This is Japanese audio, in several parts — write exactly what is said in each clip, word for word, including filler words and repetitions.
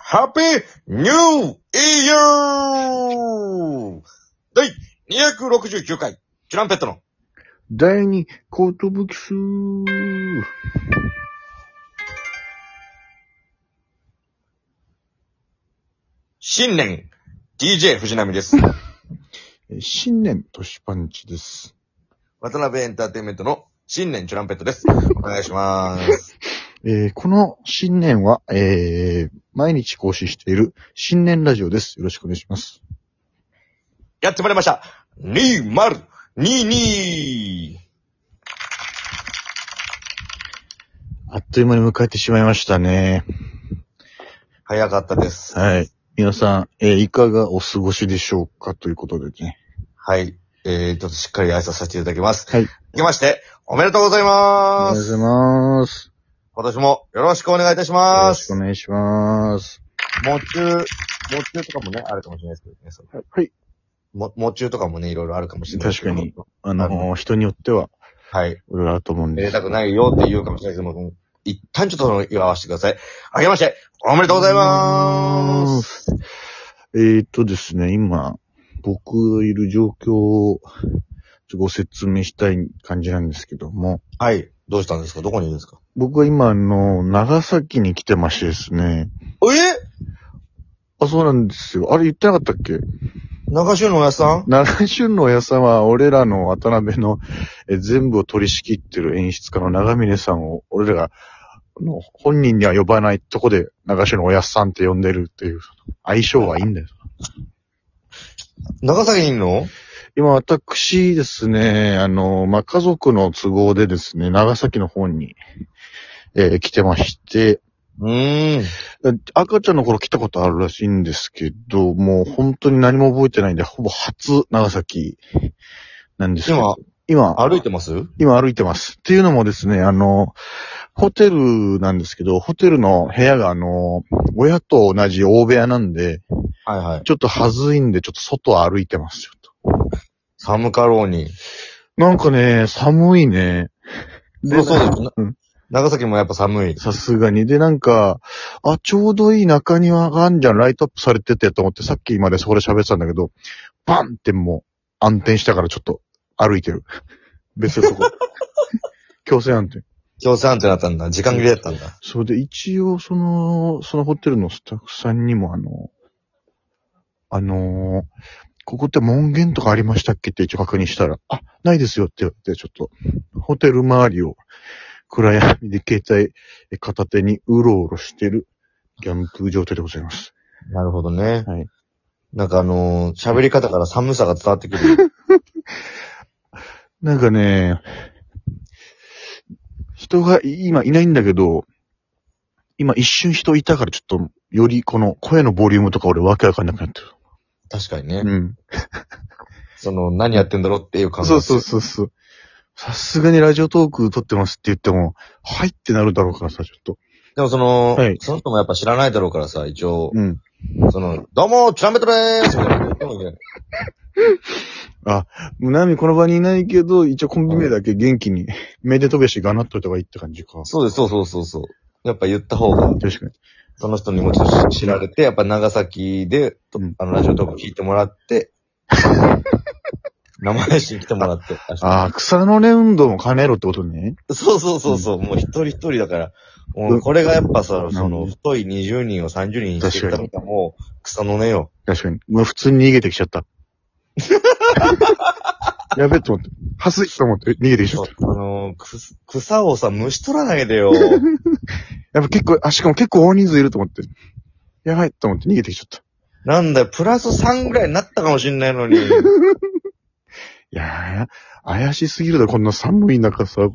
ハッピーニューイヤー第にひゃくろくじゅうきゅうかい、チュランペットの第二コートブキスー。 新年 ディージェー 藤波です。 新年トシパンチです。 渡辺エンターテインメントの新年チュランペットです。お願いします。 えー、この新年は、えー、毎日更新している新年ラジオです。よろしくお願いします。 やってまいりました。にせんにじゅうに。 あっという間に迎えてしまいましたね。 早かったです。 はい。皆さん、えー、いかがお過ごしでしょうかということでね。 はい。えー、ちょっとしっかり挨拶させていただきます。 はい。 明けまして、おめでとうございます。 おめでとうございます。 今年もよろしくお願いいたします。 よろしくお願いします。 もう中、もう中とかもね、あるかもしれないですけどね。そのはい。 も、もう中とかもね、いろいろあるかもしれないですけど。 確かに。あのー、人によっては、 はい。 いろいろあると思うんで。 入れたくないよって言うかもしれないですけども、一旦ちょっとその言わせてください。あけまして、おめでとうございます。 えーっとですね、今、僕がいる状況をご説明したい感じなんですけども。 はい。どうしたんですか？どこにいるんですか？ 僕は今、あの、長崎に来てましてですね。 え？ あ、そうなんですよ。あれ言ってなかったっけ？ 長州のおやさん？ 長州のおやさんは、俺らの渡辺のえ全部を取り仕切ってる演出家の長峰さんを、俺らが、あの本人には呼ばないとこで長州のおやさんって呼んでるっていう、相性はいいんだよ。 長崎にいんの？ 今、私ですね、あの、まあ、家族の都合でですね、長崎の方に、えー来てまして、 うーん。 赤ちゃんの頃来たことあるらしいんですけど、もう本当に何も覚えてないんで、ほぼ初長崎なんですけど。今、今、 歩いてます？ 今歩いてます。っていうのもですね、あの、ホテルなんですけど、ホテルの部屋があの、親と同じ大部屋なんで、 はいはい。 ちょっと恥ずいんで、ちょっと外を歩いてますよと。 寒かろうに。 なんかね、寒いね。 そうそうです。 うん長崎もやっぱ寒い。 さすがに。で、なんか、あ、ちょうどいい中庭があんじゃん、ライトアップされててと思って、さっきまでそこで喋ってたんだけど、バンってもう、暗転したからちょっと歩いてる。別のとこ。強制暗転。 強制安定だったんだ。時間切れだったんだ。 それで一応、その、そのホテルのスタッフさんにもあの、あのー、ここって門限とかありましたっけって一応確認したら、あ、ないですよって言われて、ちょっと、ホテル周りを暗闇で携帯片手にうろうろしてるギャンプ状態でございます。 なるほどね。 はい。 なんかあのー、喋り方から寒さが伝わってくる。 なんかね、人が今いないんだけど、今一瞬人いたからちょっと、よりこの声のボリュームとか俺わけわかんなくなってる。 確かにね。 うん。 その、何やってんだろうっていう感じ。 そうそうそうそう。さすがにラジオトーク撮ってますって言っても、はいってなるだろうからさ、ちょっと。 でもその、 はい、 その人もやっぱ知らないだろうからさ、一応、 うん。 その、どうも、チュランペットでーすみたいな言ってもいいんじゃない？ あ、むなみこの場にいないけど、一応コンビ名だけ元気に、めでとべしがなっといた方がいいって感じか。 そうです、そうそうそうそう。やっぱ言った方が、 確かに。 その人にもちょっと知られて、やっぱ長崎で、 うん、 あの、ラジオトーク聞いてもらって、生配信来てもらって。 ああ、草の根運動も兼ねろってことね。 そうそうそうそう、うん、もう一人一人だから、もうこれがやっぱさ、うん、その、太いにじゅうにんをさんじゅうにんにしてたのかもう、草の根よ。 確かに。もう普通に逃げてきちゃった。やべえと思って。はずいと思って逃げてきちゃった。 あのー、く、草をさ、虫取らないでよ。 やっぱ結構、あ、しかも結構大人数いると思って。やばいと思って逃げてきちゃった。 なんだよ、プラスさんぐらいになったかもしんないのに。いやー、怪しすぎるだろ、こんな寒い中さ。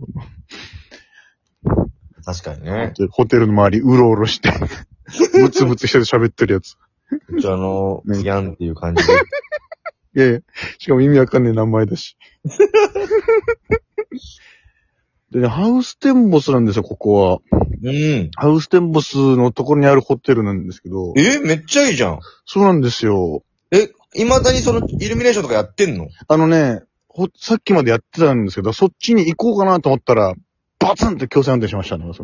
確かにね。 ホテルの周りうろうろして、ブツブツして喋ってるやつ。 一応あの、ギャンっていう感じで。 いやいや、しかも意味わかんねえ名前だし。でね、ハウステンボスなんですよ、ここは。 うん。 ハウステンボスのところにあるホテルなんですけど。 え、めっちゃいいじゃん。 そうなんですよ。 え、未だにそのイルミネーションとかやってんの？ あのね、ほ、さっきまでやってたんですけど、そっちに行こうかなと思ったら、バツンって強制運転しましたね、その。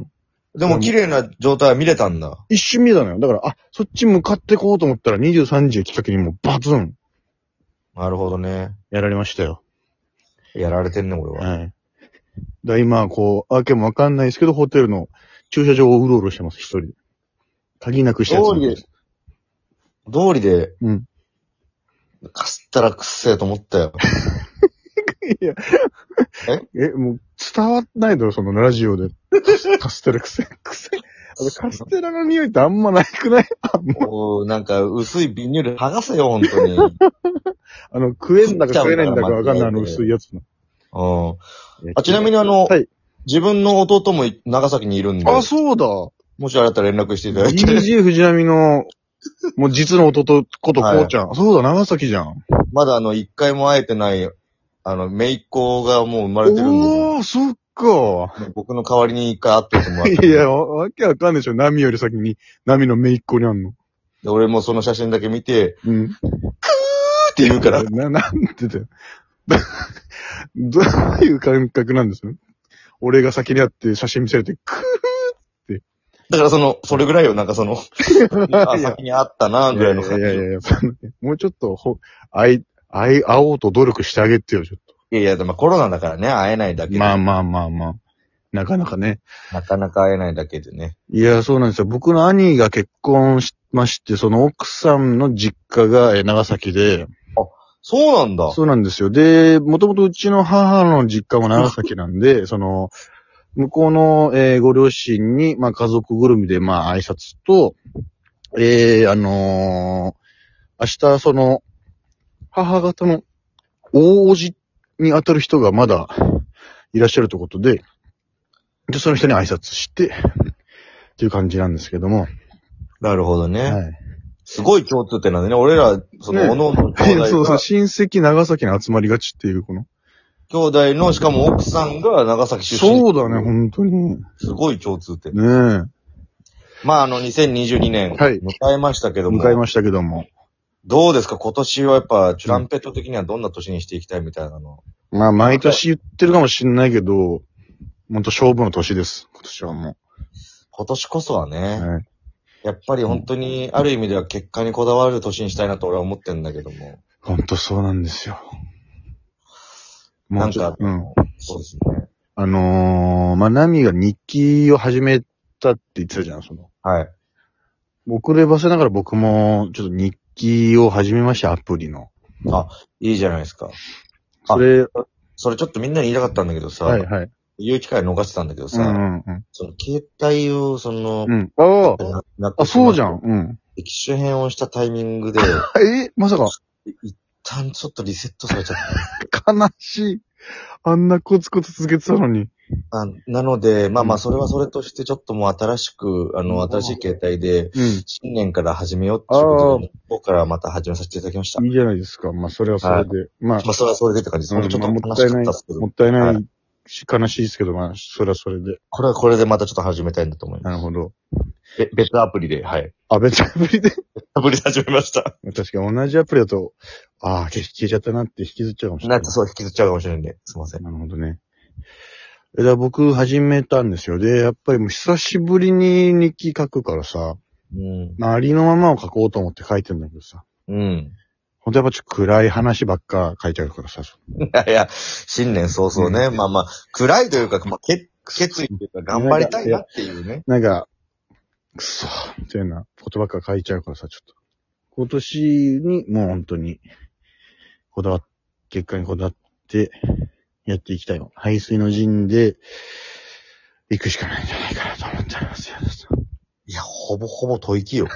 でも綺麗な状態は見れたんだ。 一瞬見えたのよ。だから、あ、そっち向かってこうと思ったらにじゅうさんじをきっかけにもうバツンなるほどね。 やられましたよ。 やられてんね、俺は。 はい。だから今、こう、あけもわかんないですけど、ホテルの駐車場をうろうろしてます、一人で。鍵なくしたやつ。 通りで、通りで、 うん。 かすったらくっせえと思ったよ。 いや、 ええ、もう伝わんないだろ、そのラジオで。カステラくせ、くせ。あのカステラの匂いってあんまないくない？あもうもう、なんか、薄いビニール剥がせよ、ほんとに。 あの、食えんだか食えないんだかわかんないあの薄いやつの。 うん。あ、ちなみにあの、 はい。 自分の弟も長崎にいるんで、 あ、そうだ。 もしあれだったら連絡していただいて。 ディージェー 藤波の、もう実の弟ことこうちゃん。そうだ、長崎じゃん。 まだあの、一回も会えてない、あの、姪っ子がもう生まれてるんで、 おー、そっか。 僕の代わりに一回会っててもらって。 いや、わわけわかんないでしょ。ナミより先に、ナミの姪っ子にあんの。 で俺もその写真だけ見て、 うん。 って言うから。 な、なんてだよ。どういう感覚なんですか？俺が先に会って写真見せられて、クだからその、それぐらいよ、なんかその、 ーあ、先に会ったな、ぐらいの感じ。 いやいやいや、そのもうちょっと、ほ、会い、会い、会おうと努力してあげてよ、ちょっいやいや、でもコロナだからね、会えないだけと。 で。 まあまあまあまあ。なかなかね。 なかなか会えないだけでね。 いや、そうなんですよ。僕の兄が結婚しまして、その奥さんの実家がえ長崎で、 そうなんだ。 そうなんですよ。で、もともとうちの母の実家も長崎なんで、その、向こうの、えーご両親に、まあ家族ぐるみで、まあ挨拶と、えー、あのー明日その、母方の大叔父に当たる人がまだいらっしゃるということで、で、その人に挨拶して、っていう感じなんですけども。 なるほどね。 はい。 すごい共通点なんでね。俺ら、その、 ねおのおの兄弟が、 そうそう、親戚長崎に集まりがちっていう、この。 兄弟の、しかも奥さんが長崎出身。 そうだね、本当に。 すごい共通点。 ねまあ、あの、にせんにじゅうにねん、 はい迎えましたけえ。 ども、 迎えましたけども。 どうですか今年はやっぱ、チュランペット的にはどんな年にしていきたいみたいなの。 まあ、毎年言ってるかもしんないけど、本当勝負の年です、今年はも今年こそはう。 ね、 はい。 やっぱり本当に、ある意味では結果にこだわる年にしたいなと俺は思ってるんだけども。 本当そうなんですよ。もなんかうちょっと、うん。 そうですね。 あのー、まあ、ナミが日記を始めたって言ってたじゃん、その。 はい。 遅ればせながら僕も、ちょっと日記を始めました、アプリの。 いいじゃないですか。 それ、 それちょっとみんなに言いたかったんだけどさ、 はいはい。 言う機会逃してたんだけどさ、 うんうんうん。 その携帯を、その、 うん。ああ、 ななくあ、 しまそうじゃん。うん。 機種変をしたタイミングで、 え、まさか、 一旦ちょっとリセットされちゃった。 悲しい。あんなコツコツ続けてたのに。 あなので、まあまあ、それはそれとしてちょっともう新しく、あの、新しい携帯で、 うん。 新年から始めようっていうことで、ここからまた始めさせていただきました。 いいじゃないですか。まあ、それはそれで。まあ、 まあ、それはそれでって感じです。 うん本当ちょっとまあ悲しかったですけど、 もったいなはいし、悲しいですけど、まあ、それはそれで。 これはこれでまたちょっと始めたいんだと思います。 なるほど。 べ別アプリで、はい。 あ、別アプリで。 アプリで始めました。 確かに同じアプリだと、ああ、消し消えちゃったなって引きずっちゃうかもしれな。 ないんかそう引きずっちゃうかもしれないんで、すいません。 なるほどね。え、だから僕始めたんですよ。で、やっぱりもう久しぶりに日記書くからさ、 うん。 まあ、ありのままを書こうと思って書いてんだけどさ、 うん。 ほんとやっぱちょっと暗い話ばっか書いちゃうからさ、 いやいや、新年早々ね、まあまあ、暗いというか、まあ、け決意というか、頑張りたいなっていうね。 なんか、くそー、みたいなことばっか書いちゃうからさ、ちょっと。今年にもう本当に、こだわっ、結果にこだわって、やっていきたいの。排水の陣で、行くしかないんじゃないかなと思ってますよ。 いや、ほぼほぼ吐息よ。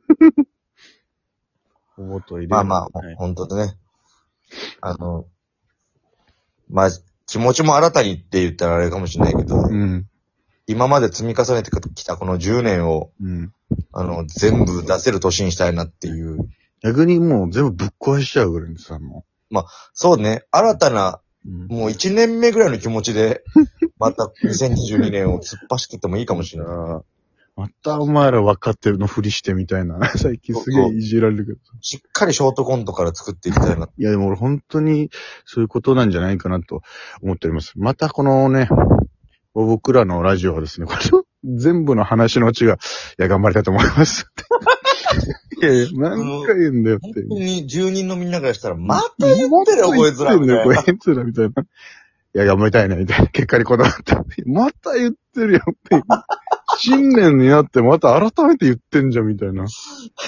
おぼと入れまあまあ、 はい本当でね。あの、まあ、気持ちも新たにって言ったらあれかもしれないけど、 うん。 今まで積み重ねてきたこのじゅうねんを、 うん。 あの、全部出せる年にしたいなっていう。 逆にもう全部ぶっ壊しちゃうぐらいにさ、もそうね、新たな、 う。うん。 もういちねんめぐらいの気持ちで、またにせんにじゅうにねんを突っ走ってってもいいかもしれない。 またお前ら分かってるのふりしてみたいな。最近すげえいじられるけど。 しっかりショートコントから作っていきたいな。 いやでも俺本当にそういうことなんじゃないかなと思っております。またこのね、僕らのラジオはですね、これ全部の話のうちが、いや、頑張りたいと思いますって。いやいや、何回言うんだよって。 本当に住人のみんなからしたら、また言ってるよ、こいつらみたいな。 こいつらみたいな。いや、頑張りたいね、みたいな。結果にこだわって。また言ってるよって。新年になってまた改めて言ってんじゃん、みたいな。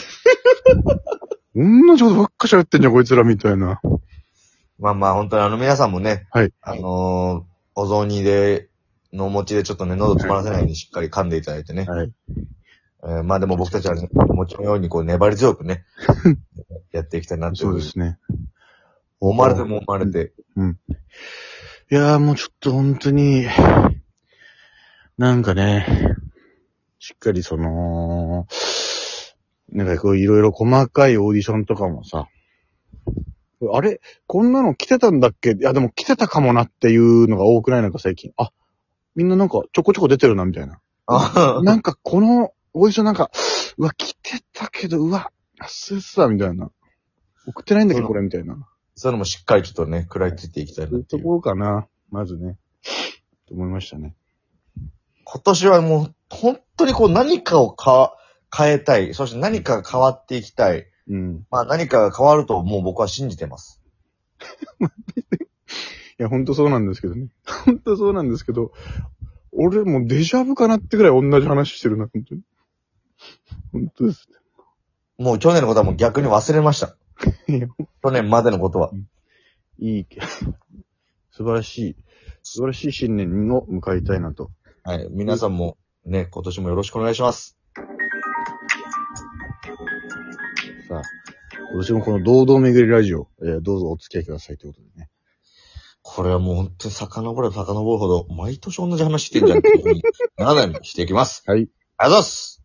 同じことばっかしゃべってんじゃん、こいつら、みたいな。 まあまあ、本当にあの皆さんもね、 はい。 あのー、お雑煮で、のお餅でちょっとね、喉詰まらせないようにしっかり噛んでいただいてね。 はい。 えー、まあでも僕たちは、ね、お餅のようにこう粘り強くね、やっていきたいなって。 そうですね。 思われても思われて。 うん。いやーもうちょっと本当に、なんかね、しっかりその、なんかこういろいろ細かいオーディションとかもさ、あれこんなの来てたんだっけいやでも来てたかもなっていうのが多くないなんか最近。あ、みんななんかちょこちょこ出てるなみたいな。なんかこのオーディションなんか、うわ、来てたけど、うわ、忘れてたみたいな。送ってないんだけどこれみたいな。 そういうのもしっかりちょっとね、食らいついていきたいなっていう。 そういうところかな。まずね。と思いましたね。 今年はもう、本当にこう何かをか変えたい。そして何かが変わっていきたい。 うん。 まあ何かが変わるともう僕は信じてます。 いや、ほんとそうなんですけどね。ほんとそうなんですけど、俺もうデジャブかなってぐらい同じ話してるな、ほんとに。ほんとです。 もう去年のことはもう逆に忘れました。 いや去年までのことは。 いいけど、素晴らしい、素晴らしい新年を迎えたいなと。 はい。皆さんもね、今年もよろしくお願いします。 さあ、今年もこの堂々巡りラジオ、えー、どうぞお付き合いくださいということでね。 これはもう本当に遡れば遡るほど、毎年同じ話してんじゃんっていうふうにならないようにしていきます。 はい。 ありがとうございます。